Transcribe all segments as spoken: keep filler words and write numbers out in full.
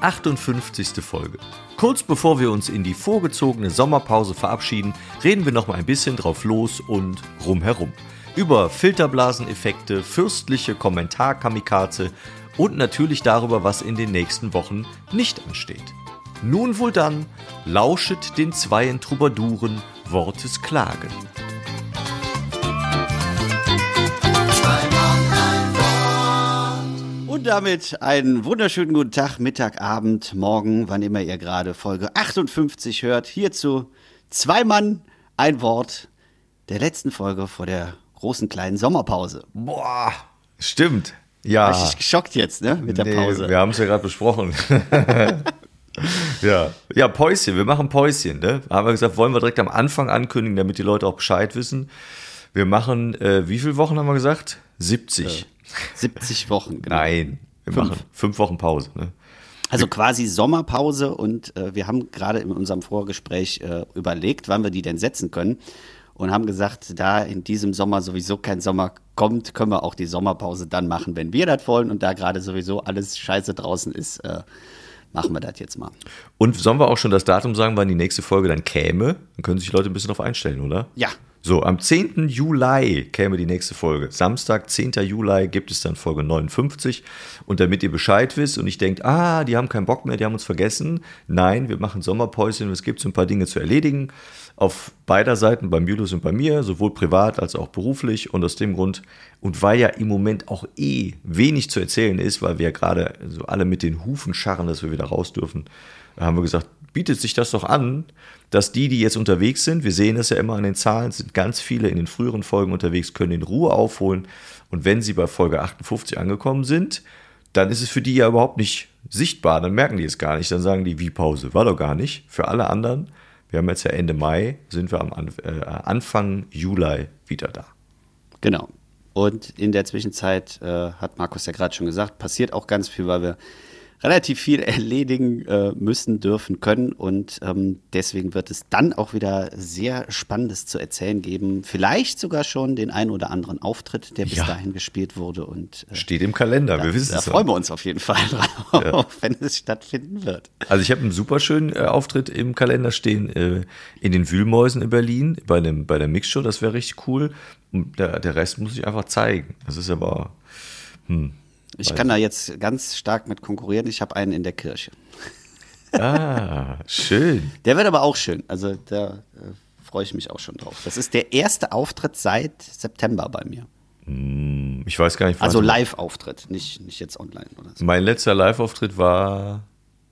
achtundfünfzigste Folge. Kurz bevor wir uns in die vorgezogene Sommerpause verabschieden, reden wir noch mal ein bisschen drauf los und rumherum. Über Filterblaseneffekte, fürstliche Kommentar-Kamikaze und natürlich darüber, was in den nächsten Wochen nicht ansteht. Nun wohl dann, lauschet den zweien Troubadouren Wortes Klagen. Und damit einen wunderschönen guten Tag, Mittag, Abend, Morgen, wann immer ihr gerade Folge achtundfünfzig hört. Hierzu zwei Mann, ein Wort der letzten Folge vor der großen kleinen Sommerpause. Boah, stimmt. Ja. Richtig geschockt jetzt, ne, mit der nee, Pause. Wir haben es ja gerade besprochen. ja. ja, Päuschen, wir machen Päuschen. Ne? Haben wir gesagt, wollen wir direkt am Anfang ankündigen, damit die Leute auch Bescheid wissen. Wir machen, äh, wie viele Wochen haben wir gesagt? siebzig. Äh, siebzig Wochen, genau. Nein, wir fünf. machen fünf Wochen Pause. Ne? Also quasi Sommerpause und äh, wir haben gerade in unserem Vorgespräch äh, überlegt, wann wir die denn setzen können und haben gesagt, da in diesem Sommer sowieso kein Sommer kommt, können wir auch die Sommerpause dann machen, wenn wir das wollen und da gerade sowieso alles scheiße draußen ist, äh, machen wir das jetzt mal. Und sollen wir auch schon das Datum sagen, wann die nächste Folge dann käme? Dann können sich die Leute ein bisschen darauf einstellen, oder? Ja. So, am zehnten Juli käme die nächste Folge. Samstag, zehnten Juli gibt es dann Folge neunundfünfzig. Und damit ihr Bescheid wisst und nicht denkt, ah, die haben keinen Bock mehr, die haben uns vergessen. Nein, wir machen Sommerpäuschen. Es gibt so ein paar Dinge zu erledigen. Auf beider Seiten, beim Julius und bei mir, sowohl privat als auch beruflich. Und aus dem Grund, und weil ja im Moment auch eh wenig zu erzählen ist, weil wir ja gerade so alle mit den Hufen scharren, dass wir wieder raus dürfen, haben wir gesagt, bietet sich das doch an, dass die, die jetzt unterwegs sind, wir sehen es ja immer an den Zahlen, sind ganz viele in den früheren Folgen unterwegs, können in Ruhe aufholen. Und wenn sie bei Folge achtundfünfzig angekommen sind, dann ist es für die ja überhaupt nicht sichtbar. Dann merken die es gar nicht. Dann sagen die, wie Pause? War doch gar nicht. Für alle anderen, wir haben jetzt ja Ende Mai, sind wir am äh, Anfang Juli wieder da. Genau. Und in der Zwischenzeit, äh, hat Markus ja gerade schon gesagt, passiert auch ganz viel, weil wir relativ viel erledigen äh, müssen, dürfen, können und ähm, deswegen wird es dann auch wieder sehr Spannendes zu erzählen geben. Vielleicht sogar schon den einen oder anderen Auftritt, der bis ja. dahin gespielt wurde. Und äh, steht im Kalender, da, wir wissen da es. Da freuen wir uns auf jeden Fall drauf, ja. wenn es stattfinden wird. Also ich habe einen super schönen äh, Auftritt im Kalender stehen äh, in den Wühlmäusen in Berlin bei, dem, bei der Mixshow, das wäre richtig cool. Und der, der Rest muss ich einfach zeigen. Das ist aber, hm. Ich kann da jetzt ganz stark mit konkurrieren. Ich habe einen in der Kirche. Ah, schön. Der wird aber auch schön. Also da äh, freue ich mich auch schon drauf. Das ist der erste Auftritt seit September bei mir. Ich weiß gar nicht. Also Live-Auftritt, nicht, nicht jetzt online oder so. Mein letzter Live-Auftritt war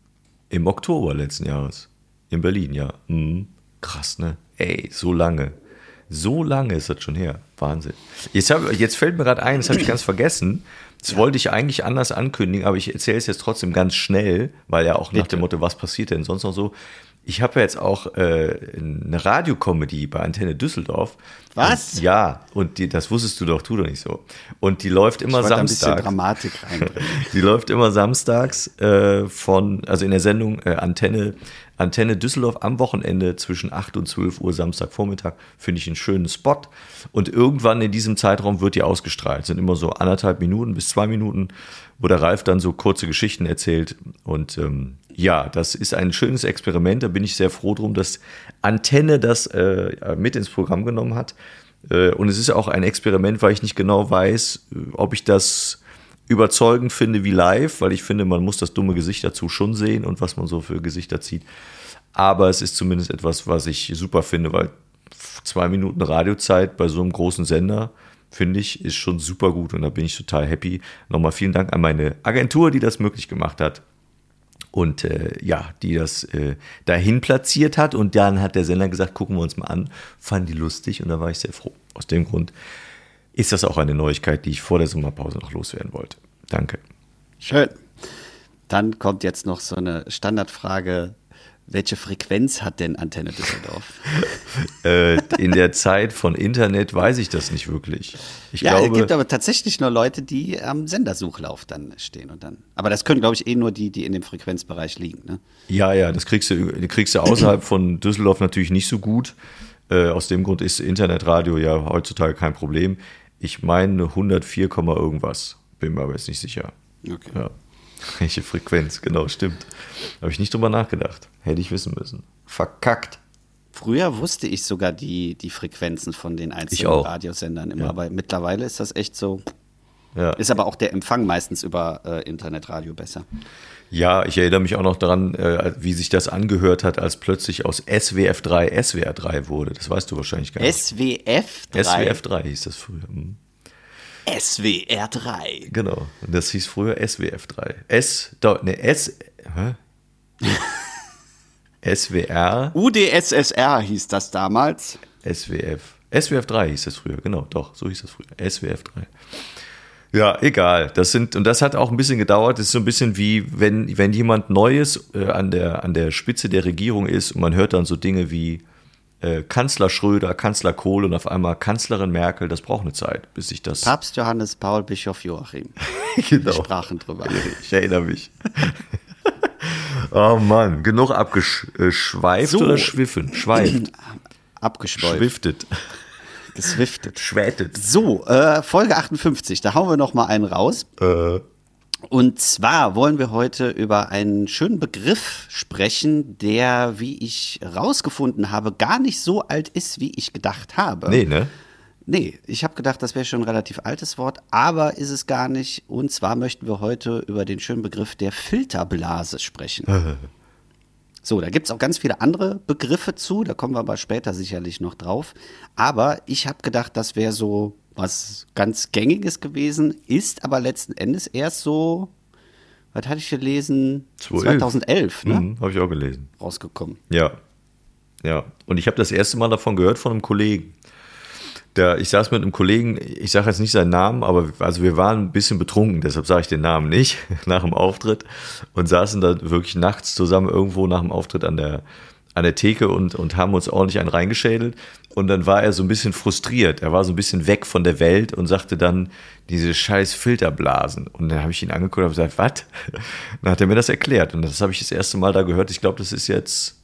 im Oktober letzten Jahres. In Berlin, ja. Mhm. Krass, ne? Ey, so lange. So lange ist das schon her. Wahnsinn. Jetzt, hab, jetzt fällt mir gerade ein, das habe ich ganz vergessen. Das ja. wollte ich eigentlich anders ankündigen, aber ich erzähle es jetzt trotzdem ganz schnell, weil ja auch nach Bitte. dem Motto, was passiert denn sonst noch so? Ich habe ja jetzt auch äh, eine Radiokomödie bei Antenne Düsseldorf. Was? Und, ja, und die, das wusstest du doch, tu doch nicht so. Und die läuft immer ich samstags. Ein bisschen Dramatik reinbringen. Die läuft immer samstags äh, von, also in der Sendung äh, Antenne, Antenne Düsseldorf am Wochenende zwischen acht und zwölf Uhr Samstagvormittag. Finde ich einen schönen Spot. Und irgendwann in diesem Zeitraum wird die ausgestrahlt. Es sind immer so anderthalb Minuten bis zwei Minuten, wo der Ralf dann so kurze Geschichten erzählt. Und ähm, ja, das ist ein schönes Experiment. Da bin ich sehr froh drum, dass Antenne das äh, mit ins Programm genommen hat. Äh, und es ist auch ein Experiment, weil ich nicht genau weiß, ob ich das überzeugend finde wie live, weil ich finde, man muss das dumme Gesicht dazu schon sehen und was man so für Gesichter zieht. Aber es ist zumindest etwas, was ich super finde, weil zwei Minuten Radiozeit bei so einem großen Sender, finde ich, ist schon super gut und da bin ich total happy. Nochmal vielen Dank an meine Agentur, die das möglich gemacht hat und äh, ja, die das äh, dahin platziert hat und dann hat der Sender gesagt, gucken wir uns mal an, fand die lustig und da war ich sehr froh. Aus dem Grund ist das auch eine Neuigkeit, die ich vor der Sommerpause noch loswerden wollte. Danke. Schön. Dann kommt jetzt noch so eine Standardfrage. Welche Frequenz hat denn Antenne Düsseldorf? äh, in der Zeit von Internet weiß ich das nicht wirklich. Ich ja, glaube, es gibt aber tatsächlich nur Leute, die am Sendersuchlauf dann stehen. Und dann. Aber das können, glaube ich, eh nur die, die in dem Frequenzbereich liegen. Ne? Ja, ja, das kriegst du, kriegst du außerhalb von Düsseldorf natürlich nicht so gut. Äh, aus dem Grund ist Internetradio ja heutzutage kein Problem. Ich meine hundertvier, irgendwas. Bin mir aber jetzt nicht sicher. Okay. Ja. Welche Frequenz, genau, stimmt. Habe ich nicht drüber nachgedacht. Hätte ich wissen müssen. Verkackt. Früher wusste ich sogar die, die Frequenzen von den einzelnen Radiosendern immer, ja. aber mittlerweile ist das echt so. Ja. Ist aber auch der Empfang meistens über äh, Internetradio besser. Ja, ich erinnere mich auch noch daran, äh, wie sich das angehört hat, als plötzlich aus S W F drei S W R drei wurde. Das weißt du wahrscheinlich gar nicht. S W F drei? S W F drei hieß das früher. Hm. S W R drei. Genau, und das hieß früher S W F drei. S, ne, S, hä? S W R. U D S S R hieß das damals. S W F. S W F drei hieß das früher, genau, doch, so hieß das früher. S W F drei. Ja, egal. Das sind, und das hat auch ein bisschen gedauert. Das ist so ein bisschen wie, wenn, wenn jemand Neues äh, an, der, an der Spitze der Regierung ist und man hört dann so Dinge wie äh, Kanzler Schröder, Kanzler Kohl und auf einmal Kanzlerin Merkel. Das braucht eine Zeit, bis sich das. Papst Johannes Paul, Bischof Joachim. Genau. Wir sprachen drüber. Ich erinnere mich. Oh Mann, genug abgeschweift So. oder schwiffen? Schweift. Abgeschweift. Schwiftet. Geswiftet. Schwätet. So, äh, Folge achtundfünfzig, da hauen wir noch mal einen raus. Äh. Und zwar wollen wir heute über einen schönen Begriff sprechen, der, wie ich rausgefunden habe, gar nicht so alt ist, wie ich gedacht habe. Nee, ne? Nee, ich habe gedacht, das wäre schon ein relativ altes Wort, aber ist es gar nicht. Und zwar möchten wir heute über den schönen Begriff der Filterblase sprechen. So, da gibt es auch ganz viele andere Begriffe zu, da kommen wir aber später sicherlich noch drauf. Aber ich habe gedacht, das wäre so was ganz Gängiges gewesen, ist aber letzten Endes erst so, was hatte ich gelesen? zweitausendelf, ne? Mhm, habe ich auch gelesen. Rausgekommen. Ja, ja. Und ich habe das erste Mal davon gehört von einem Kollegen. Der, ich saß mit einem Kollegen, ich sage jetzt nicht seinen Namen, aber also wir waren ein bisschen betrunken, deshalb sage ich den Namen nicht, nach dem Auftritt und saßen da wirklich nachts zusammen irgendwo nach dem Auftritt an der, an der Theke und, und haben uns ordentlich einen reingeschädelt. Und dann war er so ein bisschen frustriert, er war so ein bisschen weg von der Welt und sagte dann, diese scheiß Filterblasen. Und dann habe ich ihn angeguckt und gesagt, was? Dann hat er mir das erklärt und das habe ich das erste Mal da gehört. Ich glaube, das ist jetzt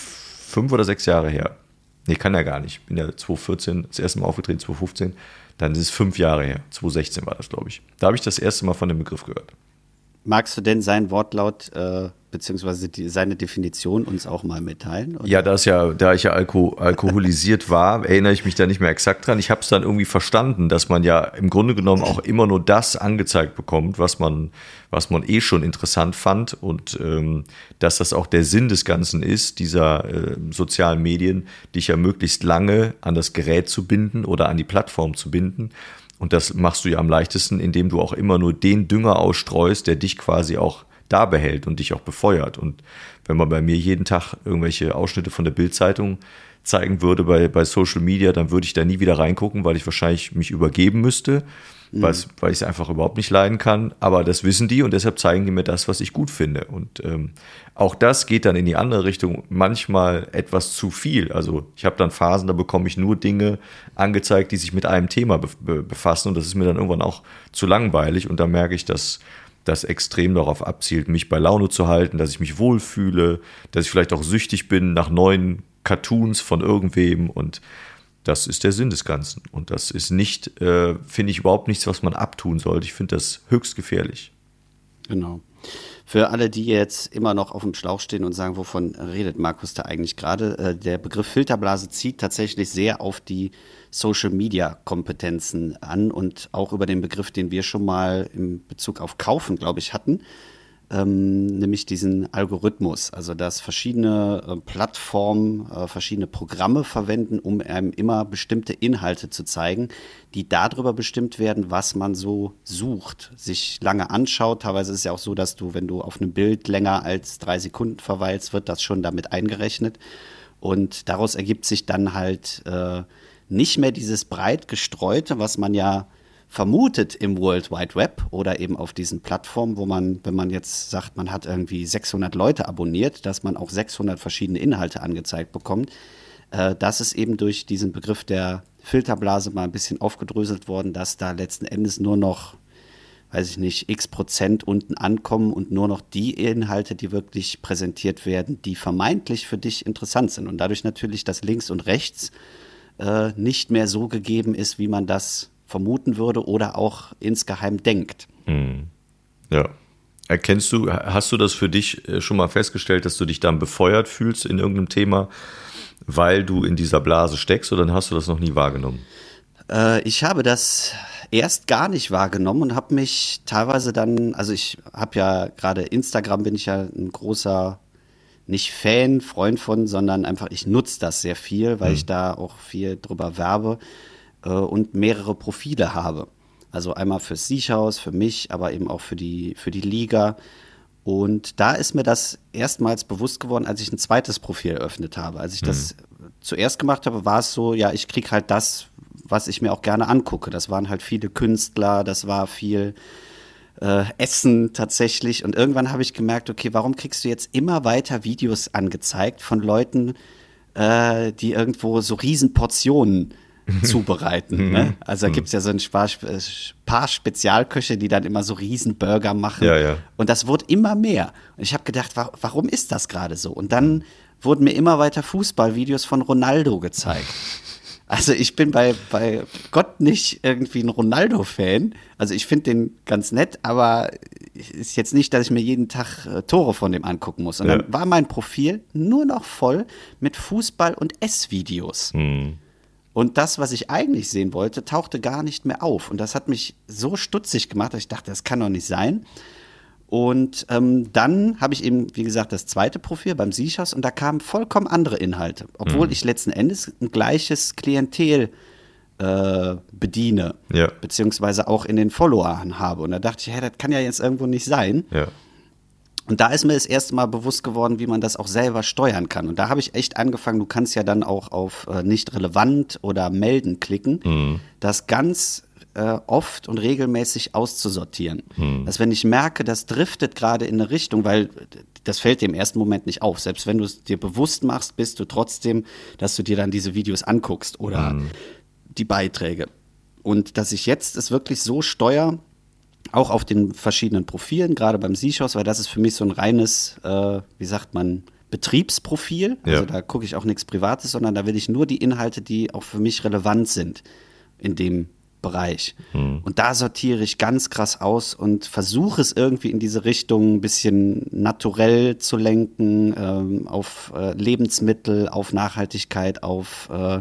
fünf oder sechs Jahre her. Nee, kann ja gar nicht. Ich bin ja zweitausendvierzehn das erste Mal aufgetreten, zweitausendfünfzehn. Dann ist es fünf Jahre her. zweitausendsechzehn war das, glaube ich. Da habe ich das erste Mal von dem Begriff gehört. Magst du denn seinen Wortlaut äh, beziehungsweise die, seine Definition uns auch mal mitteilen? Oder? Ja, das ja, da ich ja alko alkoholisiert war, erinnere ich mich da nicht mehr exakt dran. Ich habe es dann irgendwie verstanden, dass man ja im Grunde genommen auch immer nur das angezeigt bekommt, was man, was man eh schon interessant fand und ähm, dass das auch der Sinn des Ganzen ist, dieser äh, sozialen Medien, dich ja möglichst lange an das Gerät zu binden oder an die Plattform zu binden. Und das machst du ja am leichtesten, indem du auch immer nur den Dünger ausstreust, der dich quasi auch da behält und dich auch befeuert. Und wenn man bei mir jeden Tag irgendwelche Ausschnitte von der Bild-Zeitung zeigen würde bei, bei Social Media, dann würde ich da nie wieder reingucken, weil ich wahrscheinlich mich übergeben müsste, mhm. weil ich es einfach überhaupt nicht leiden kann. Aber das wissen die und deshalb zeigen die mir das, was ich gut finde. Und ähm, auch das geht dann in die andere Richtung, manchmal etwas zu viel. Also ich habe dann Phasen, da bekomme ich nur Dinge angezeigt, die sich mit einem Thema be- befassen und das ist mir dann irgendwann auch zu langweilig und da merke ich, dass das extrem darauf abzielt, mich bei Laune zu halten, dass ich mich wohlfühle, dass ich vielleicht auch süchtig bin nach neuen Cartoons von irgendwem und das ist der Sinn des Ganzen. Und das ist nicht, äh, finde ich, überhaupt nichts, was man abtun sollte. Ich finde das höchst gefährlich. Genau. Für alle, die jetzt immer noch auf dem Schlauch stehen und sagen, wovon redet Markus da eigentlich gerade? Äh, der Begriff Filterblase zieht tatsächlich sehr auf die Social-Media-Kompetenzen an und auch über den Begriff, den wir schon mal in Bezug auf Kaufen, glaube ich, hatten, ähm, nämlich diesen Algorithmus. Also, dass verschiedene äh, Plattformen, äh, verschiedene Programme verwenden, um einem immer bestimmte Inhalte zu zeigen, die darüber bestimmt werden, was man so sucht, sich lange anschaut. Teilweise ist es ja auch so, dass du, wenn du auf einem Bild länger als drei Sekunden verweilst, wird das schon damit eingerechnet. Und daraus ergibt sich dann halt äh, nicht mehr dieses breit gestreute, was man ja vermutet im World Wide Web oder eben auf diesen Plattformen, wo man, wenn man jetzt sagt, man hat irgendwie sechshundert Leute abonniert, dass man auch sechshundert verschiedene Inhalte angezeigt bekommt. Äh, das ist eben durch diesen Begriff der Filterblase mal ein bisschen aufgedröselt worden, dass da letzten Endes nur noch, weiß ich nicht, x Prozent unten ankommen und nur noch die Inhalte, die wirklich präsentiert werden, die vermeintlich für dich interessant sind. Und dadurch natürlich, dass links und rechts äh, nicht mehr so gegeben ist, wie man das vermuten würde oder auch insgeheim denkt. Mhm. Ja, Erkennst du, hast du das für dich schon mal festgestellt, dass du dich dann befeuert fühlst in irgendeinem Thema, weil du in dieser Blase steckst, oder hast du das noch nie wahrgenommen? Äh, ich habe das erst gar nicht wahrgenommen und habe mich teilweise dann, also ich habe ja gerade Instagram, bin ich ja ein großer, nicht Fan, Freund von, sondern einfach, ich nutze das sehr viel, weil mhm. ich da auch viel drüber werbe äh, und mehrere Profile habe. Also einmal fürs Siechhaus, für mich, aber eben auch für die, für die Liga. Und da ist mir das erstmals bewusst geworden, als ich ein zweites Profil eröffnet habe. Als ich mhm. das zuerst gemacht habe, war es so, ja, ich kriege halt das, was ich mir auch gerne angucke. Das waren halt viele Künstler, das war viel äh, Essen tatsächlich. Und irgendwann habe ich gemerkt, okay, warum kriegst du jetzt immer weiter Videos angezeigt von Leuten, äh, die irgendwo so Riesenportionen zubereiten. Ne? Also da gibt es ja so ein paar Spezialköche, die dann immer so Riesenburger machen. Ja, ja. Und das wurde immer mehr. Und ich habe gedacht, wa- warum ist das gerade so? Und dann wurden mir immer weiter Fußballvideos von Ronaldo gezeigt. Also ich bin bei, bei Gott nicht irgendwie ein Ronaldo-Fan. Also ich finde den ganz nett, aber ist jetzt nicht, dass ich mir jeden Tag äh, Tore von dem angucken muss. Und Ja. dann war mein Profil nur noch voll mit Fußball- und Essvideos. Mhm. Und das, was ich eigentlich sehen wollte, tauchte gar nicht mehr auf. Und das hat mich so stutzig gemacht, dass ich dachte, das kann doch nicht sein. Und ähm, dann habe ich eben, wie gesagt, das zweite Profil beim Siechhaus und da kamen vollkommen andere Inhalte. Obwohl Mhm. ich letzten Endes ein gleiches Klientel äh, bediene, Ja. beziehungsweise auch in den Followern habe. Und da dachte ich, hey, das kann ja jetzt irgendwo nicht sein. Ja. Und da ist mir das erste Mal bewusst geworden, wie man das auch selber steuern kann. Und da habe ich echt angefangen, du kannst ja dann auch auf äh, nicht relevant oder melden klicken, Mhm. das ganz äh, oft und regelmäßig auszusortieren. Mhm. Dass wenn ich merke, das driftet gerade in eine Richtung, weil das fällt dir im ersten Moment nicht auf. Selbst wenn du es dir bewusst machst, bist du trotzdem, dass du dir dann diese Videos anguckst oder Mhm. die Beiträge. Und dass ich jetzt es wirklich so steuere, auch auf den verschiedenen Profilen, gerade beim Siechhaus, weil das ist für mich so ein reines, äh, wie sagt man, Betriebsprofil. Also Ja. da gucke ich auch nichts Privates, sondern da will ich nur die Inhalte, die auch für mich relevant sind in dem Bereich. Mhm. Und da sortiere ich ganz krass aus und versuche es irgendwie in diese Richtung ein bisschen naturell zu lenken, ähm, auf äh, Lebensmittel, auf Nachhaltigkeit, auf äh,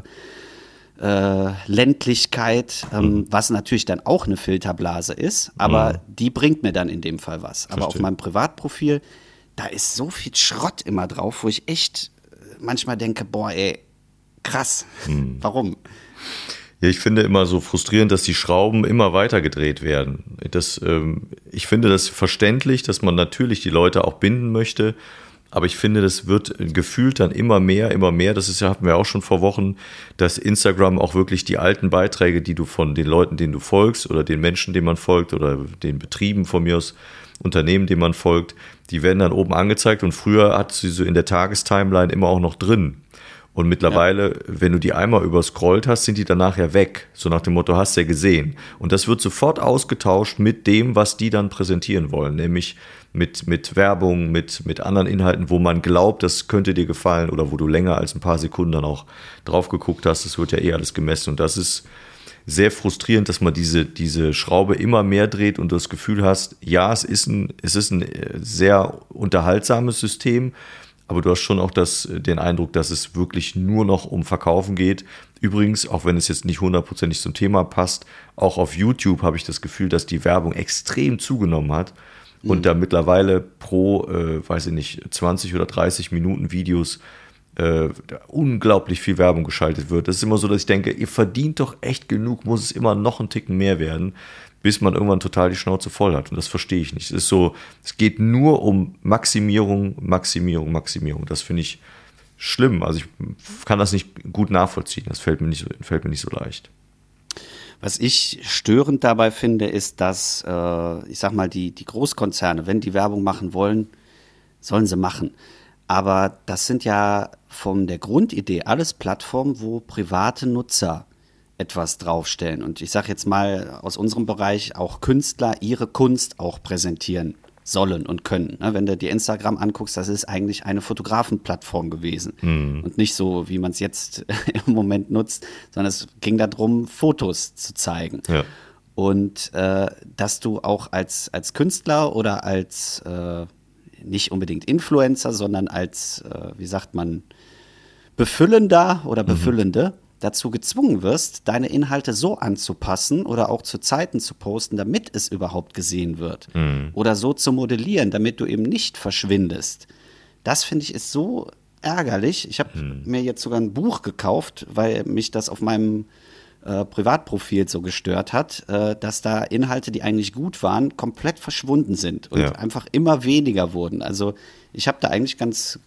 Äh, Ländlichkeit, ähm, Mhm. was natürlich dann auch eine Filterblase ist, aber Mhm. die bringt mir dann in dem Fall was. Aber Verstehe. auf meinem Privatprofil, da ist so viel Schrott immer drauf, wo ich echt äh, manchmal denke, boah, ey, krass, Mhm. warum? Ja, ich finde immer so frustrierend, dass die Schrauben immer weiter gedreht werden. Das, ähm, ich finde das verständlich, dass man natürlich die Leute auch binden möchte. Aber ich finde, das wird gefühlt dann immer mehr, immer mehr. Das ist ja, hatten wir auch schon vor Wochen, dass Instagram auch wirklich die alten Beiträge, die du von den Leuten, denen du folgst oder den Menschen, denen man folgt oder den Betrieben von mir aus, Unternehmen, denen man folgt, die werden dann oben angezeigt und früher hat sie so in der Tagestimeline immer auch noch drin. Und mittlerweile, ja. wenn du die einmal überscrollt hast, sind die danach ja weg. So nach dem Motto, hast du ja gesehen. Und das wird sofort ausgetauscht mit dem, was die dann präsentieren wollen. Nämlich mit, mit Werbung, mit, mit anderen Inhalten, wo man glaubt, das könnte dir gefallen oder wo du länger als ein paar Sekunden dann auch drauf geguckt hast. Das wird ja eh alles gemessen. Und das ist sehr frustrierend, dass man diese, diese Schraube immer mehr dreht und du das Gefühl hast, ja, es ist ein, es ist ein sehr unterhaltsames System, aber du hast schon auch das, den Eindruck, dass es wirklich nur noch um Verkaufen geht. Übrigens, auch wenn es jetzt nicht hundertprozentig zum Thema passt, auch auf YouTube habe ich das Gefühl, dass die Werbung extrem zugenommen hat mhm. und da mittlerweile pro, äh, weiß ich nicht, zwanzig oder dreißig Minuten Videos äh, unglaublich viel Werbung geschaltet wird. Das ist immer so, dass ich denke, ihr verdient doch echt genug, muss es immer noch einen Ticken mehr werden, bis man irgendwann total die Schnauze voll hat. Und das verstehe ich nicht. Es ist so, es geht nur um Maximierung, Maximierung, Maximierung. Das finde ich schlimm. Also ich kann das nicht gut nachvollziehen. Das fällt mir nicht so, fällt mir nicht so leicht. Was ich störend dabei finde, ist, dass, äh, ich sag mal, die, die Großkonzerne, wenn die Werbung machen wollen, sollen sie machen. Aber das sind ja von der Grundidee alles Plattformen, wo private Nutzer etwas draufstellen. Und ich sage jetzt mal aus unserem Bereich, auch Künstler ihre Kunst auch präsentieren sollen und können. Ne? Wenn du dir Instagram anguckst, das ist eigentlich eine Fotografenplattform gewesen. Mhm. Und nicht so, wie man es jetzt im Moment nutzt, sondern es ging darum, Fotos zu zeigen. Ja. Und äh, dass du auch als, als Künstler oder als äh, nicht unbedingt Influencer, sondern als, äh, wie sagt man, Befüllender oder Befüllende mhm. dazu gezwungen wirst, deine Inhalte so anzupassen oder auch zu Zeiten zu posten, damit es überhaupt gesehen wird. Mhm. Oder so zu modellieren, damit du eben nicht verschwindest. Das finde ich ist so ärgerlich. Ich habe mhm. mir jetzt sogar ein Buch gekauft, weil mich das auf meinem äh, Privatprofil so gestört hat, äh, dass da Inhalte, die eigentlich gut waren, komplett verschwunden sind und ja. einfach immer weniger wurden. Also ich habe da eigentlich ganz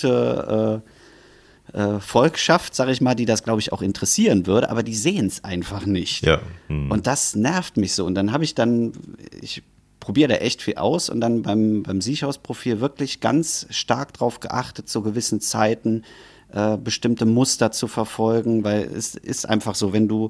gute äh, äh, Volkschaft, sage ich mal, die das, glaube ich, auch interessieren würde, aber die sehen es einfach nicht. Ja. Mhm. Und das nervt mich so. Und dann habe ich dann, ich probiere da echt viel aus und dann beim, beim Siechhaus-Profil wirklich ganz stark drauf geachtet, zu gewissen Zeiten äh, bestimmte Muster zu verfolgen, weil es ist einfach so, wenn du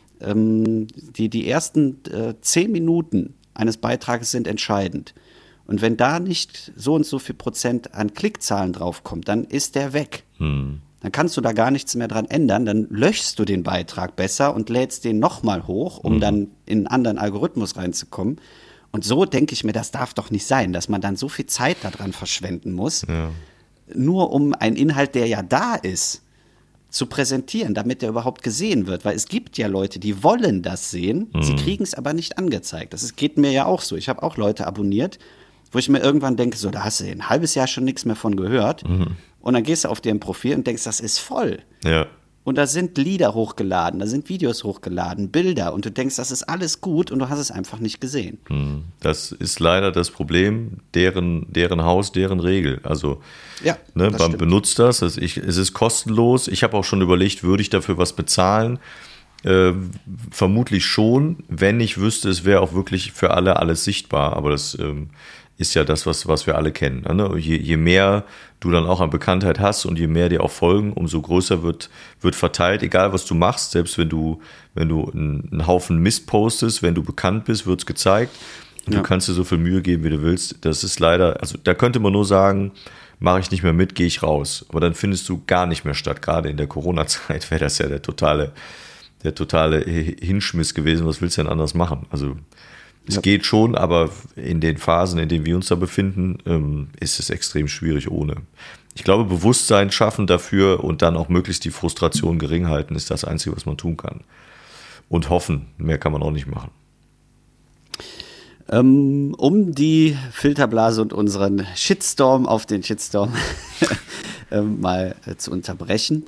ähm, die, die ersten äh, zehn Minuten eines Beitrages sind entscheidend. Und wenn da nicht so und so viel Prozent an Klickzahlen draufkommt, dann ist der weg. Hm. Dann kannst du da gar nichts mehr dran ändern. Dann löschst du den Beitrag besser und lädst den nochmal hoch, um hm. dann in einen anderen Algorithmus reinzukommen. Und so denke ich mir, das darf doch nicht sein, dass man dann so viel Zeit daran verschwenden muss, ja. nur um einen Inhalt, der ja da ist, zu präsentieren, damit der überhaupt gesehen wird. Weil es gibt ja Leute, die wollen das sehen, mhm. sie kriegen es aber nicht angezeigt. Das ist, geht mir ja auch so. Ich habe auch Leute abonniert, wo ich mir irgendwann denke, so, da hast du ein halbes Jahr schon nichts mehr von gehört. Mhm. Und dann gehst du auf deren Profil und denkst, das ist voll. Ja. Und da sind Lieder hochgeladen, da sind Videos hochgeladen, Bilder. Und du denkst, das ist alles gut und du hast es einfach nicht gesehen. Das ist leider das Problem, deren, deren Haus, deren Regel. Also ja, ne, man stimmt. benutzt das, also ich, es ist kostenlos. Ich habe auch schon überlegt, würde ich dafür was bezahlen? Äh, vermutlich schon, wenn ich wüsste, es wäre auch wirklich für alle alles sichtbar. Aber das ähm, ist ja das, was, was wir alle kennen. Ne? Je, je mehr du dann auch an Bekanntheit hast und je mehr dir auch folgen, umso größer wird, wird verteilt, egal was du machst, selbst wenn du, wenn du einen, einen Haufen Mist postest, wenn du bekannt bist, wird es gezeigt und ja. du kannst dir so viel Mühe geben, wie du willst. Das ist leider, also da könnte man nur sagen, mache ich nicht mehr mit, gehe ich raus. Aber dann findest du gar nicht mehr statt. Gerade in der Corona-Zeit wäre das ja der totale, der totale Hinschmiss gewesen. Was willst du denn anders machen? Also es ja. geht schon, aber in den Phasen, in denen wir uns da befinden, ähm, ist es extrem schwierig ohne. Ich glaube, Bewusstsein schaffen dafür und dann auch möglichst die Frustration gering halten, ist das Einzige, was man tun kann. Und hoffen, mehr kann man auch nicht machen. Ähm, um die Filterblase und unseren Shitstorm auf den Shitstorm ähm, mal äh, zu unterbrechen.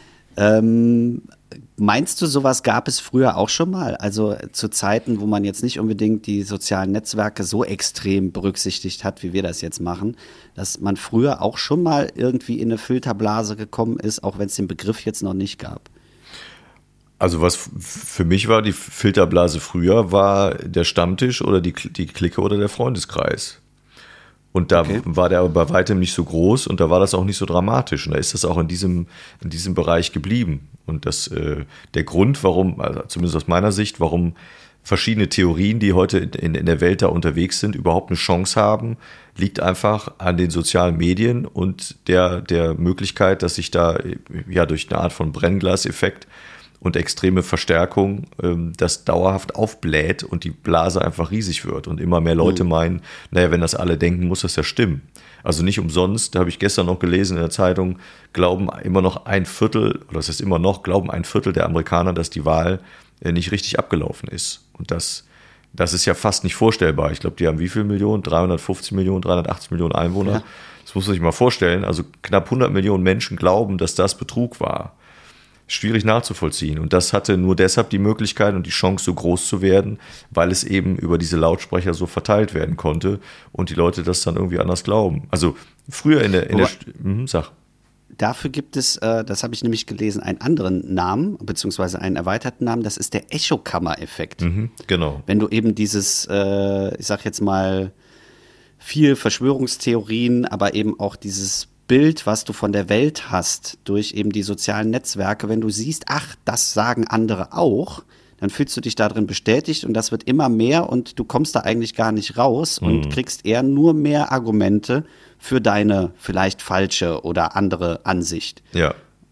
Ähm, Meinst du, sowas gab es früher auch schon mal? Also zu Zeiten, wo man jetzt nicht unbedingt die sozialen Netzwerke so extrem berücksichtigt hat, wie wir das jetzt machen, dass man früher auch schon mal irgendwie in eine Filterblase gekommen ist, auch wenn es den Begriff jetzt noch nicht gab? Also was für mich war, die Filterblase früher, war der Stammtisch oder die, die Clique oder der Freundeskreis. Und da okay. war der aber bei weitem nicht so groß und da war das auch nicht so dramatisch. Und da ist das auch in diesem, in diesem Bereich geblieben. Und das, äh, der Grund, warum, also zumindest aus meiner Sicht, warum verschiedene Theorien, die heute in, in der Welt da unterwegs sind, überhaupt eine Chance haben, liegt einfach an den sozialen Medien und der, der Möglichkeit, dass sich da ja durch eine Art von Brennglaseffekt und extreme Verstärkung ähm, das dauerhaft aufbläht und die Blase einfach riesig wird und immer mehr Leute mhm. meinen, naja, wenn das alle denken, muss das ja stimmen. Also nicht umsonst, da habe ich gestern noch gelesen in der Zeitung, glauben immer noch ein Viertel, oder das heißt immer noch, glauben ein Viertel der Amerikaner, dass die Wahl äh, nicht richtig abgelaufen ist. Und das, das ist ja fast nicht vorstellbar. Ich glaube, die haben wie viel Millionen? dreihundertfünfzig Millionen, dreihundertachtzig Millionen Einwohner. Ja. Das muss man sich mal vorstellen. Also knapp hundert Millionen Menschen glauben, dass das Betrug war. Schwierig nachzuvollziehen. Und das hatte nur deshalb die Möglichkeit und die Chance, so groß zu werden, weil es eben über diese Lautsprecher so verteilt werden konnte und die Leute das dann irgendwie anders glauben. Also früher in der, in der mh, sag. Dafür gibt es, äh, das habe ich nämlich gelesen, einen anderen Namen, beziehungsweise einen erweiterten Namen, das ist der Echokammer-Effekt. Mhm, genau. Wenn du eben dieses, äh, ich sag jetzt mal, viel Verschwörungstheorien, aber eben auch dieses Bild, was du von der Welt hast, durch eben die sozialen Netzwerke, wenn du siehst, ach, das sagen andere auch, dann fühlst du dich darin bestätigt und das wird immer mehr und du kommst da eigentlich gar nicht raus mhm. und kriegst eher nur mehr Argumente für deine vielleicht falsche oder andere Ansicht. Ja.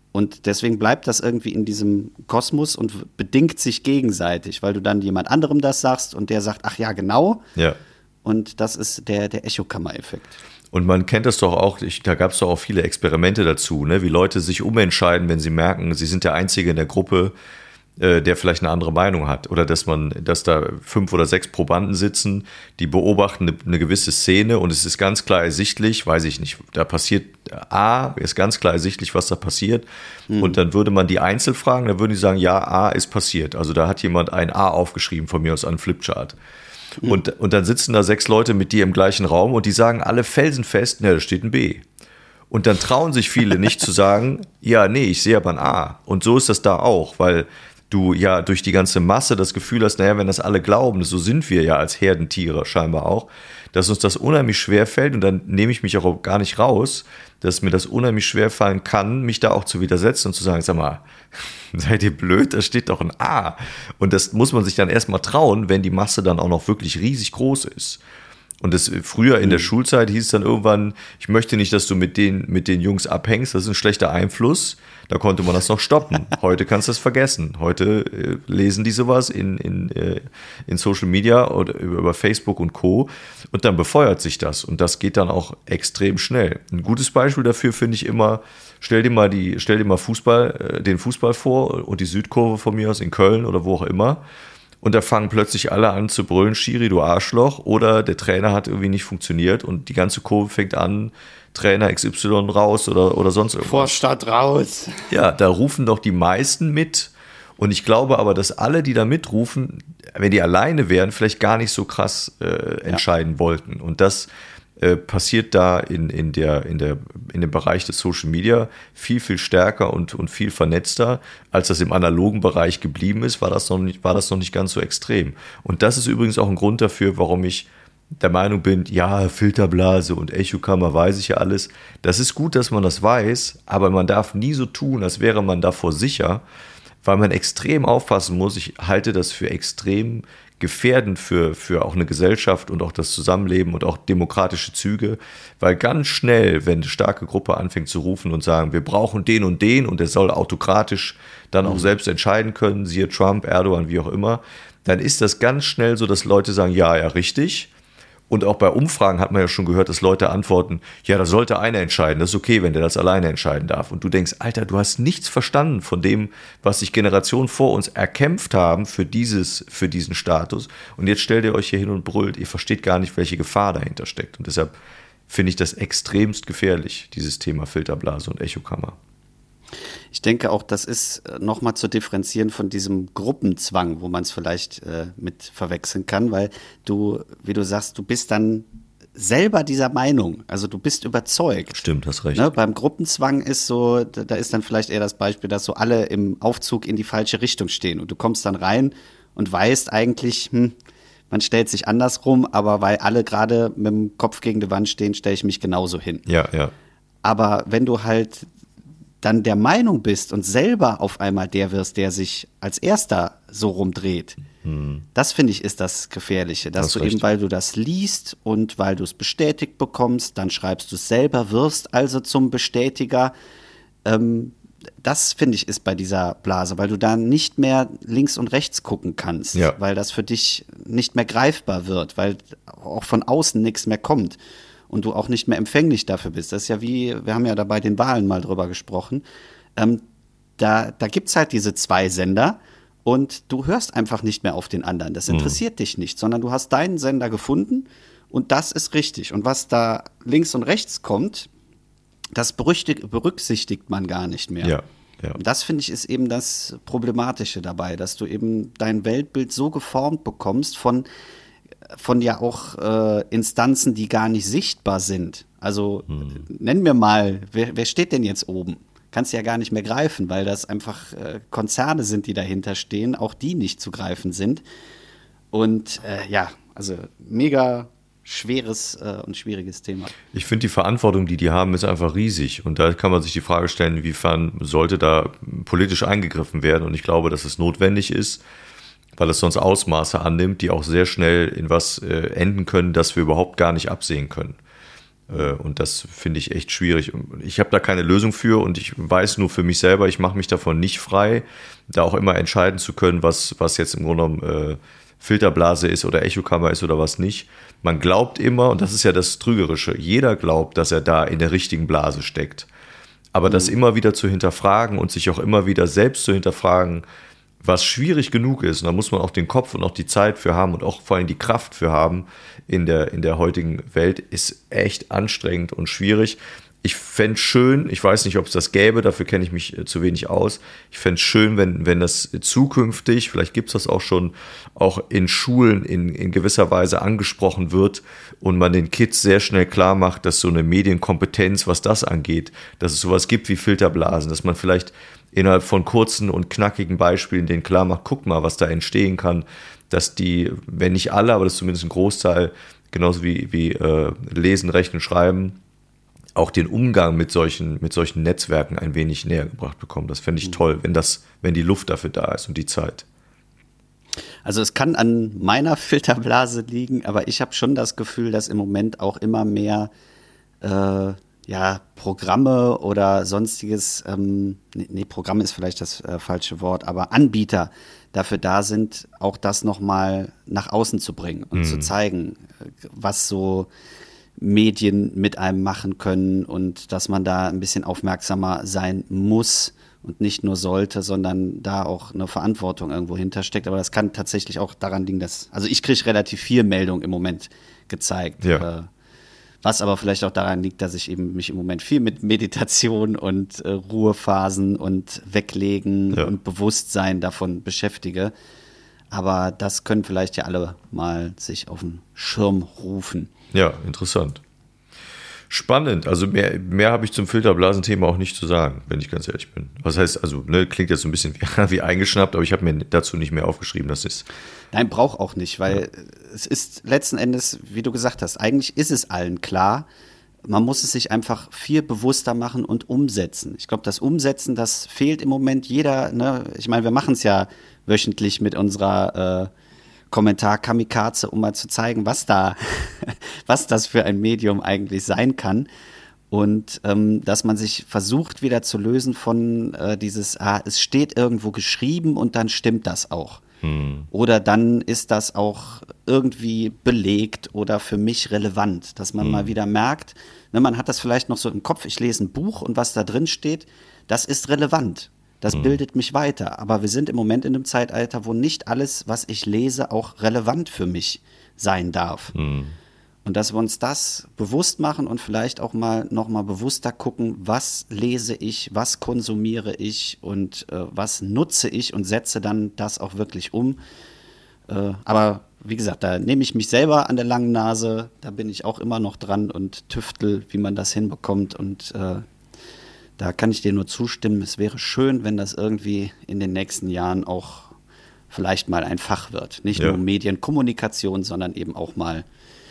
Und deswegen bleibt das irgendwie in diesem Kosmos und bedingt sich gegenseitig, weil du dann jemand anderem das sagst und der sagt, ach ja, genau. Ja. Und das ist der, der Echokammer-Effekt. Und man kennt das doch auch, ich, da gab es doch auch viele Experimente dazu, ne? Wie Leute sich umentscheiden, wenn sie merken, sie sind der Einzige in der Gruppe, äh, der vielleicht eine andere Meinung hat. Oder dass man, dass da fünf oder sechs Probanden sitzen, die beobachten eine, eine gewisse Szene und es ist ganz klar ersichtlich, weiß ich nicht, da passiert A, ist ganz klar ersichtlich, was da passiert. Mhm. Und dann würde man die einzeln fragen, dann würden die sagen, ja, A ist passiert. Also da hat jemand ein A aufgeschrieben, von mir aus an Flipchart. Und, und dann sitzen da sechs Leute mit dir im gleichen Raum und die sagen alle felsenfest, ne, da steht ein B. Und dann trauen sich viele nicht zu sagen, ja, nee, ich sehe aber ein A. Und so ist das da auch, weil du ja durch die ganze Masse das Gefühl hast, naja, wenn das alle glauben, so sind wir ja als Herdentiere scheinbar auch, dass uns das unheimlich schwer fällt und dann nehme ich mich auch gar nicht raus, dass mir das unheimlich schwer fallen kann, mich da auch zu widersetzen und zu sagen, sag mal, seid ihr blöd, da steht doch ein A. Und das muss man sich dann erstmal trauen, wenn die Masse dann auch noch wirklich riesig groß ist. Und das früher in der Schulzeit hieß es dann irgendwann, ich möchte nicht, dass du mit den, mit den Jungs abhängst, das ist ein schlechter Einfluss. Da konnte man das noch stoppen. Heute kannst du es vergessen. Heute äh, lesen die sowas in, in, äh, in Social Media oder über Facebook und Co. Und dann befeuert sich das. Und das geht dann auch extrem schnell. Ein gutes Beispiel dafür finde ich immer, stell dir mal, die, stell dir mal Fußball, äh, den Fußball vor und die Südkurve von mir aus in Köln oder wo auch immer. Und da fangen plötzlich alle an zu brüllen, Schiri, du Arschloch, oder der Trainer hat irgendwie nicht funktioniert und die ganze Kurve fängt an, Trainer X Y raus oder, oder sonst irgendwas. Vorstadt raus. Ja, da rufen doch die meisten mit. Und ich glaube aber, dass alle, die da mitrufen, wenn die alleine wären, vielleicht gar nicht so krass äh, entscheiden ja. wollten. Und das äh, passiert da in, in, der, in, der, in dem Bereich des Social Media viel, viel stärker und, und viel vernetzter, als das im analogen Bereich geblieben ist, war das noch nicht, war das noch nicht ganz so extrem. Und das ist übrigens auch ein Grund dafür, warum ich der Meinung bin, ja, Filterblase und Echokammer, weiß ich ja alles. Das ist gut, dass man das weiß, aber man darf nie so tun, als wäre man davor sicher, weil man extrem aufpassen muss. Ich halte das für extrem gefährdend für, für auch eine Gesellschaft und auch das Zusammenleben und auch demokratische Züge, weil ganz schnell, wenn eine starke Gruppe anfängt zu rufen und sagen, wir brauchen den und den und der soll autokratisch dann auch mhm. selbst entscheiden können, siehe Trump, Erdogan, wie auch immer, dann ist das ganz schnell so, dass Leute sagen, ja, ja, richtig. Und auch bei Umfragen hat man ja schon gehört, dass Leute antworten, ja, da sollte einer entscheiden, das ist okay, wenn der das alleine entscheiden darf. Und du denkst, Alter, du hast nichts verstanden von dem, was sich Generationen vor uns erkämpft haben für, dieses, für diesen Status. Und jetzt stellt ihr euch hier hin und brüllt, ihr versteht gar nicht, welche Gefahr dahinter steckt. Und deshalb finde ich das extremst gefährlich, dieses Thema Filterblase und Echokammer. Ich denke auch, das ist nochmal zu differenzieren von diesem Gruppenzwang, wo man es vielleicht äh, mit verwechseln kann, weil du, wie du sagst, du bist dann selber dieser Meinung, also du bist überzeugt. Stimmt, hast recht. Ne? Beim Gruppenzwang ist so, da ist dann vielleicht eher das Beispiel, dass so alle im Aufzug in die falsche Richtung stehen und du kommst dann rein und weißt eigentlich, hm, man stellt sich andersrum, aber weil alle gerade mit dem Kopf gegen die Wand stehen, stelle ich mich genauso hin. Ja, ja. Aber wenn du halt dann der Meinung bist und selber auf einmal der wirst, der sich als Erster so rumdreht, hm. das finde ich ist das Gefährliche, dass du recht. eben, weil du das liest und weil du es bestätigt bekommst, dann schreibst du es selber, wirst also zum Bestätiger. Ähm, das finde ich ist bei dieser Blase, weil du da nicht mehr links und rechts gucken kannst, ja. weil das für dich nicht mehr greifbar wird, weil auch von außen nichts mehr kommt. Und du auch nicht mehr empfänglich dafür bist. Das ist ja wie, wir haben ja da bei den Wahlen mal drüber gesprochen, ähm, da, da gibt es halt diese zwei Sender und du hörst einfach nicht mehr auf den anderen. Das interessiert mhm. dich nicht, sondern du hast deinen Sender gefunden und das ist richtig. Und was da links und rechts kommt, das berücksichtigt man gar nicht mehr. Ja, ja. Und das, finde ich, ist eben das Problematische dabei, dass du eben dein Weltbild so geformt bekommst von von ja auch äh, Instanzen, die gar nicht sichtbar sind. Also hm. nennen wir mal, wer, wer steht denn jetzt oben? Kannst du ja gar nicht mehr greifen, weil das einfach äh, Konzerne sind, die dahinter stehen, auch die nicht zu greifen sind. Und äh, ja, also mega schweres äh, und schwieriges Thema. Ich finde, die Verantwortung, die die haben, ist einfach riesig. Und da kann man sich die Frage stellen, inwiefern sollte da politisch eingegriffen werden? Und ich glaube, dass es notwendig ist, weil es sonst Ausmaße annimmt, die auch sehr schnell in was äh, enden können, das wir überhaupt gar nicht absehen können. Äh, und das finde ich echt schwierig. Ich habe da keine Lösung für und ich weiß nur für mich selber, ich mache mich davon nicht frei, da auch immer entscheiden zu können, was, was jetzt im Grunde genommen äh, Filterblase ist oder Echokammer ist oder was nicht. Man glaubt immer, und das ist ja das Trügerische, jeder glaubt, dass er da in der richtigen Blase steckt. Aber mhm. das immer wieder zu hinterfragen und sich auch immer wieder selbst zu hinterfragen, was schwierig genug ist, und da muss man auch den Kopf und auch die Zeit für haben und auch vor allem die Kraft für haben in der, in der heutigen Welt, ist echt anstrengend und schwierig. Ich fände es schön, ich weiß nicht, ob es das gäbe, dafür kenne ich mich zu wenig aus. Ich fände es schön, wenn, wenn das zukünftig, vielleicht gibt es das auch schon, auch in Schulen in, in gewisser Weise angesprochen wird und man den Kids sehr schnell klar macht, dass so eine Medienkompetenz, was das angeht, dass es sowas gibt wie Filterblasen, dass man vielleicht innerhalb von kurzen und knackigen Beispielen denen klar macht, guck mal, was da entstehen kann, dass die, wenn nicht alle, aber das ist zumindest ein Großteil, genauso wie, wie äh, Lesen, Rechnen, Schreiben, auch den Umgang mit solchen, mit solchen Netzwerken ein wenig näher gebracht bekommen. Das fände ich mhm. toll, wenn das, wenn die Luft dafür da ist und die Zeit. Also es kann an meiner Filterblase liegen, aber ich habe schon das Gefühl, dass im Moment auch immer mehr äh, ja, Programme oder sonstiges, ähm, nee, nee, Programme ist vielleicht das äh, falsche Wort, aber Anbieter dafür da sind, auch das nochmal nach außen zu bringen und mhm. zu zeigen, was so Medien mit einem machen können und dass man da ein bisschen aufmerksamer sein muss und nicht nur sollte, sondern da auch eine Verantwortung irgendwo hintersteckt. Aber das kann tatsächlich auch daran liegen, dass, also ich kriege relativ viel Meldung im Moment gezeigt, ja. äh, was aber vielleicht auch daran liegt, dass ich eben mich im Moment viel mit Meditation und äh, Ruhephasen und Weglegen ja. und Bewusstsein davon beschäftige. Aber das können vielleicht ja alle mal sich auf den Schirm rufen. Ja, interessant. Spannend. Also mehr, mehr habe ich zum Filterblasenthema auch nicht zu sagen, wenn ich ganz ehrlich bin. Was heißt, also ne, klingt jetzt so ein bisschen wie, wie eingeschnappt, aber ich habe mir dazu nicht mehr aufgeschrieben, das ist. Nein, braucht auch nicht, weil ja. es ist letzten Endes, wie du gesagt hast, eigentlich ist es allen klar. Man muss es sich einfach viel bewusster machen und umsetzen. Ich glaube, das Umsetzen, das fehlt im Moment jeder. Ne? Ich meine, wir machen es ja wöchentlich mit unserer äh, Kommentar-Kamikaze, um mal zu zeigen, was da, was das für ein Medium eigentlich sein kann. Und ähm, dass man sich versucht, wieder zu lösen von äh, dieses, ah, es steht irgendwo geschrieben und dann stimmt das auch. Hm. Oder dann ist das auch irgendwie belegt oder für mich relevant, dass man hm. mal wieder merkt, ne, man hat das vielleicht noch so im Kopf, ich lese ein Buch und was da drin steht, das ist relevant. Das hm. bildet mich weiter. Aber wir sind im Moment in einem Zeitalter, wo nicht alles, was ich lese, auch relevant für mich sein darf. Hm. Und dass wir uns das bewusst machen und vielleicht auch mal noch mal bewusster gucken, was lese ich, was konsumiere ich und äh, was nutze ich und setze dann das auch wirklich um. Äh, aber wie gesagt, da nehme ich mich selber an der langen Nase, da bin ich auch immer noch dran und tüftel, wie man das hinbekommt. Und äh, da kann ich dir nur zustimmen, es wäre schön, wenn das irgendwie in den nächsten Jahren auch vielleicht mal ein Fach wird. Nicht ja. nur Medienkommunikation, sondern eben auch mal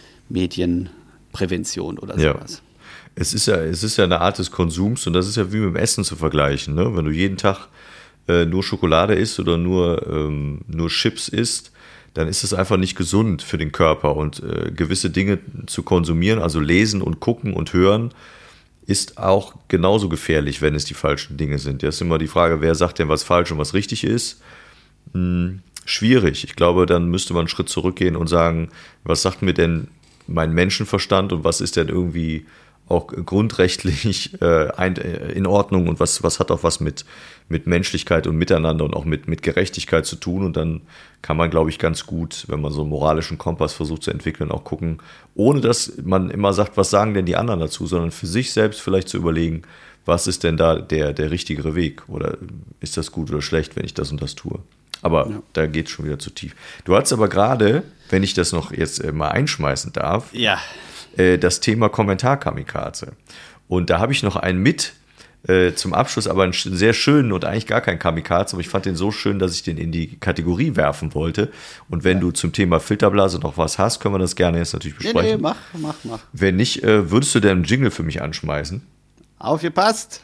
Medienprävention oder sowas. Ja. Es ist ja, es ist ja eine Art des Konsums und das ist ja wie mit dem Essen zu vergleichen. Ne? Wenn du jeden Tag äh, nur Schokolade isst oder nur, ähm, nur Chips isst, dann ist es einfach nicht gesund für den Körper. Und äh, gewisse Dinge zu konsumieren, also lesen und gucken und hören, ist auch genauso gefährlich, wenn es die falschen Dinge sind. Das ist immer die Frage, wer sagt denn, was falsch und was richtig ist. Hm, schwierig. Ich glaube, dann müsste man einen Schritt zurückgehen und sagen, was sagt mir denn mein Menschenverstand und was ist denn irgendwie auch grundrechtlich äh, ein, äh, in Ordnung und was, was hat auch was mit, mit Menschlichkeit und Miteinander und auch mit, mit Gerechtigkeit zu tun. Und dann kann man, glaube ich, ganz gut, wenn man so einen moralischen Kompass versucht zu entwickeln, auch gucken, ohne dass man immer sagt, was sagen denn die anderen dazu, sondern für sich selbst vielleicht zu überlegen, was ist denn da der, der richtigere Weg oder ist das gut oder schlecht, wenn ich das und das tue. Aber ja. da geht es schon wieder zu tief. Du hast aber gerade, wenn ich das noch jetzt äh, mal einschmeißen darf, ja. äh, das Thema Kommentar-Kamikaze. Und da habe ich noch einen mit äh, zum Abschluss, aber einen sehr schönen und eigentlich gar kein Kamikaze, aber ich fand den so schön, dass ich den in die Kategorie werfen wollte. Und wenn ja. du zum Thema Filterblase noch was hast, können wir das gerne jetzt natürlich besprechen. Nee, nee, mach, mach, mach. Wenn nicht, äh, würdest du denn einen Jingle für mich anschmeißen? Aufgepasst!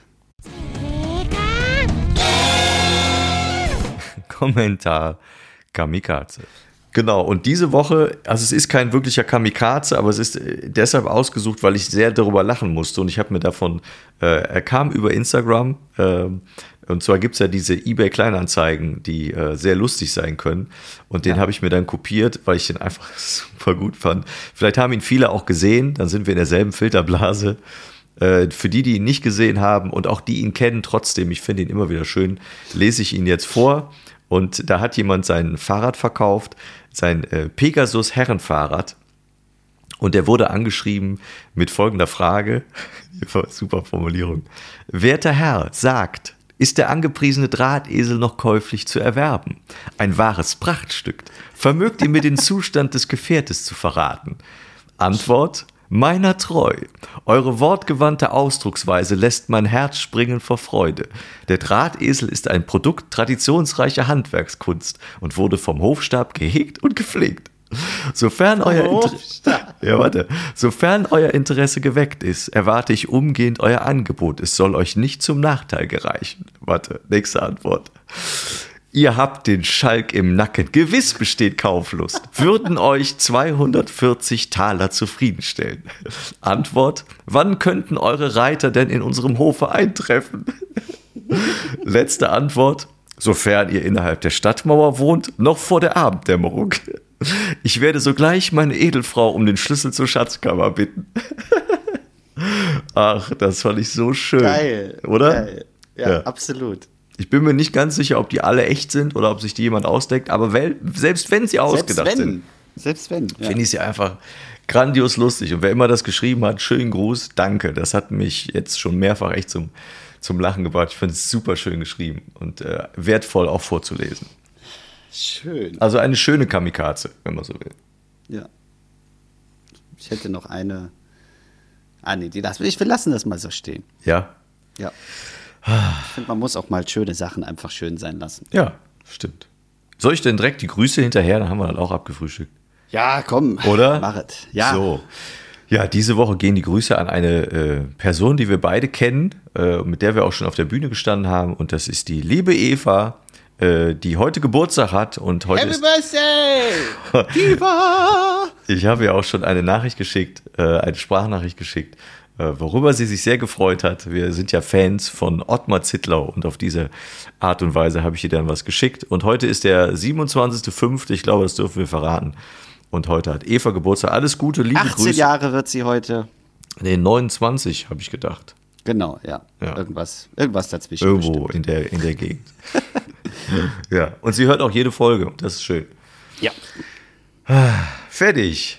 Kommentar Kamikaze. Genau, und diese Woche, also es ist kein wirklicher Kamikaze, aber es ist deshalb ausgesucht, weil ich sehr darüber lachen musste. Und ich habe mir davon, äh, er kam über Instagram, äh, und zwar gibt es ja diese eBay-Kleinanzeigen, die äh, sehr lustig sein können. Und den Ja. habe ich mir dann kopiert, weil ich den einfach super gut fand. Vielleicht haben ihn viele auch gesehen, dann sind wir in derselben Filterblase. Äh, für die, die ihn nicht gesehen haben und auch die ihn kennen, trotzdem, ich finde ihn immer wieder schön, lese ich ihn jetzt vor. Und da hat jemand sein Fahrrad verkauft, sein äh, Pegasus Herrenfahrrad. Und der wurde angeschrieben mit folgender Frage, super Formulierung. Werter Herr, sagt, ist der angepriesene Drahtesel noch käuflich zu erwerben? Ein wahres Prachtstück. Vermögt ihr mir den Zustand des Gefährtes zu verraten? Antwort, meiner treu. Eure wortgewandte Ausdrucksweise lässt mein Herz springen vor Freude. Der Drahtesel ist ein Produkt traditionsreicher Handwerkskunst und wurde vom Hofstab gehegt und gepflegt. Sofern euer, Inter- ja, warte. Sofern euer Interesse geweckt ist, erwarte ich umgehend euer Angebot. Es soll euch nicht zum Nachteil gereichen. Warte, nächste Antwort. Ihr habt den Schalk im Nacken. Gewiss besteht Kauflust. Würden euch zweihundertvierzig Taler zufriedenstellen. Antwort, wann könnten eure Reiter denn in unserem Hofe eintreffen? Letzte Antwort, sofern ihr innerhalb der Stadtmauer wohnt, noch vor der Abenddämmerung. Ich werde sogleich meine Edelfrau um den Schlüssel zur Schatzkammer bitten. Ach, das fand ich so schön. Geil. Oder? Geil. Ja, Ja. absolut. Ich bin mir nicht ganz sicher, ob die alle echt sind oder ob sich die jemand ausdenkt, aber wel- selbst wenn sie ausgedacht Selbst wenn. sind, Selbst wenn. Ja. finde ich sie einfach grandios lustig. Und wer immer das geschrieben hat, schönen Gruß, danke. Das hat mich jetzt schon mehrfach echt zum, zum Lachen gebracht. Ich finde es super schön geschrieben und äh, wertvoll auch vorzulesen. Schön. Also eine schöne Kamikaze, wenn man so will. Ja. Ich hätte noch eine. Ah, nee, die lassen, ich will lassen das mal so stehen. Ja? Ja. Ich finde, man muss auch mal schöne Sachen einfach schön sein lassen. Ja, stimmt. Soll ich denn direkt die Grüße hinterher? Dann haben wir das auch abgefrühstückt. Ja, komm. Oder? Mach es. Ja. So. Ja, diese Woche gehen die Grüße an eine äh, Person, die wir beide kennen, äh, mit der wir auch schon auf der Bühne gestanden haben. Und das ist die liebe Eva, äh, die heute Geburtstag hat. Und heute Happy ist, Birthday! Viva! ich habe ihr auch schon eine Nachricht geschickt, äh, eine Sprachnachricht geschickt, äh, worüber sie sich sehr gefreut hat. Wir sind ja Fans von Ottmar Zittlau und auf diese Art und Weise habe ich ihr dann was geschickt. Und heute ist der siebenundzwanzigster fünfte, ich glaube, das dürfen wir verraten. Und heute hat Eva Geburtstag. Alles Gute, liebe achtzehn Grüße. Jahre wird sie heute. Nee, neunundzwanzig habe ich gedacht. Genau, ja. Ja. Irgendwas, irgendwas dazwischen. Irgendwo in der, in der Gegend. Ja, und sie hört auch jede Folge. Das ist schön. Ja. Fertig.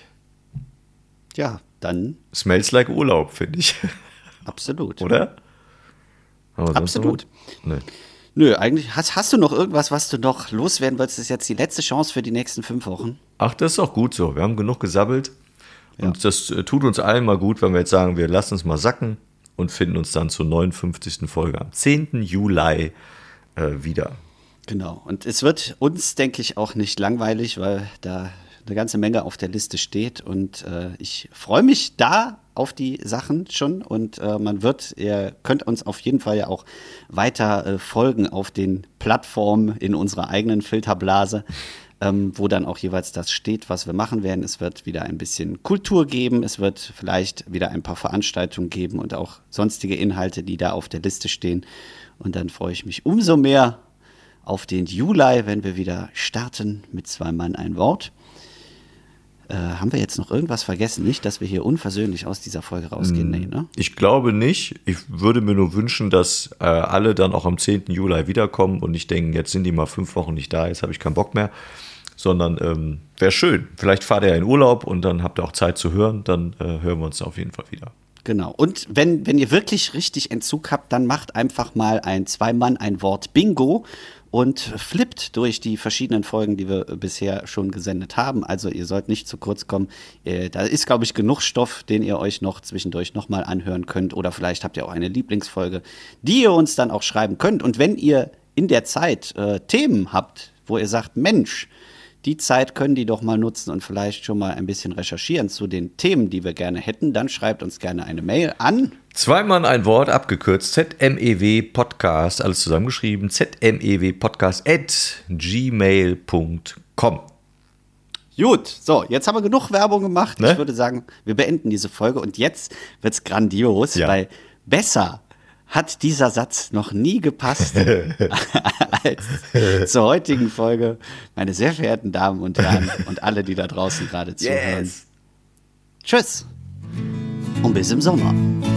Ja, dann Smells like Urlaub, finde ich. absolut. Oder? Haben wir sonst Absolut. noch was? Nee. Nö, eigentlich hast, hast du noch irgendwas, was du noch loswerden wolltest? Das ist jetzt die letzte Chance für die nächsten fünf Wochen. Ach, das ist auch gut so. Wir haben genug gesabbelt. Und das äh, tut uns allen mal gut, wenn wir jetzt sagen, wir lassen uns mal sacken und finden uns dann zur neunundfünfzigsten Folge am zehnten Juli äh, wieder. Genau. Und es wird uns, denke ich, auch nicht langweilig, weil da eine ganze Menge auf der Liste steht. Und äh, ich freue mich da auf die Sachen schon. Und äh, man wird, ihr könnt uns auf jeden Fall ja auch weiter äh, folgen auf den Plattformen in unserer eigenen Filterblase, ähm, wo dann auch jeweils das steht, was wir machen werden. Es wird wieder ein bisschen Kultur geben. Es wird vielleicht wieder ein paar Veranstaltungen geben und auch sonstige Inhalte, die da auf der Liste stehen. Und dann freue ich mich umso mehr auf den Juli, wenn wir wieder starten mit zwei Mann, ein Wort. Äh, haben wir jetzt noch irgendwas vergessen? Nicht, dass wir hier unversöhnlich aus dieser Folge rausgehen. Nee, ne? Ich glaube nicht. Ich würde mir nur wünschen, dass äh, alle dann auch am zehnten Juli wiederkommen und nicht denken, jetzt sind die mal fünf Wochen nicht da, jetzt habe ich keinen Bock mehr. Sondern ähm, wäre schön. Vielleicht fahrt ihr in Urlaub und dann habt ihr auch Zeit zu hören. Dann äh, hören wir uns auf jeden Fall wieder. Genau. Und wenn, wenn ihr wirklich richtig Entzug habt, dann macht einfach mal ein Zwei-Mann, ein Wort Bingo und flippt durch die verschiedenen Folgen, die wir bisher schon gesendet haben. Also ihr sollt nicht zu kurz kommen. Äh, da ist, glaube ich, genug Stoff, den ihr euch noch zwischendurch nochmal anhören könnt. Oder vielleicht habt ihr auch eine Lieblingsfolge, die ihr uns dann auch schreiben könnt. Und wenn ihr in der Zeit äh, Themen habt, wo ihr sagt, Mensch, die Zeit können die doch mal nutzen und vielleicht schon mal ein bisschen recherchieren zu den Themen, die wir gerne hätten, dann schreibt uns gerne eine Mail an. Zweimal ein Wort, abgekürzt, Z M E W Podcast, alles zusammengeschrieben, Z M E W Podcast at gmail punkt com. Gut, so, jetzt haben wir genug Werbung gemacht. Ne? Ich würde sagen, wir beenden diese Folge und jetzt wird's grandios, Ja. weil besser hat dieser Satz noch nie gepasst als zur heutigen Folge. Meine sehr verehrten Damen und Herren und alle, die da draußen gerade zuhören. Yes. Tschüss und bis im Sommer.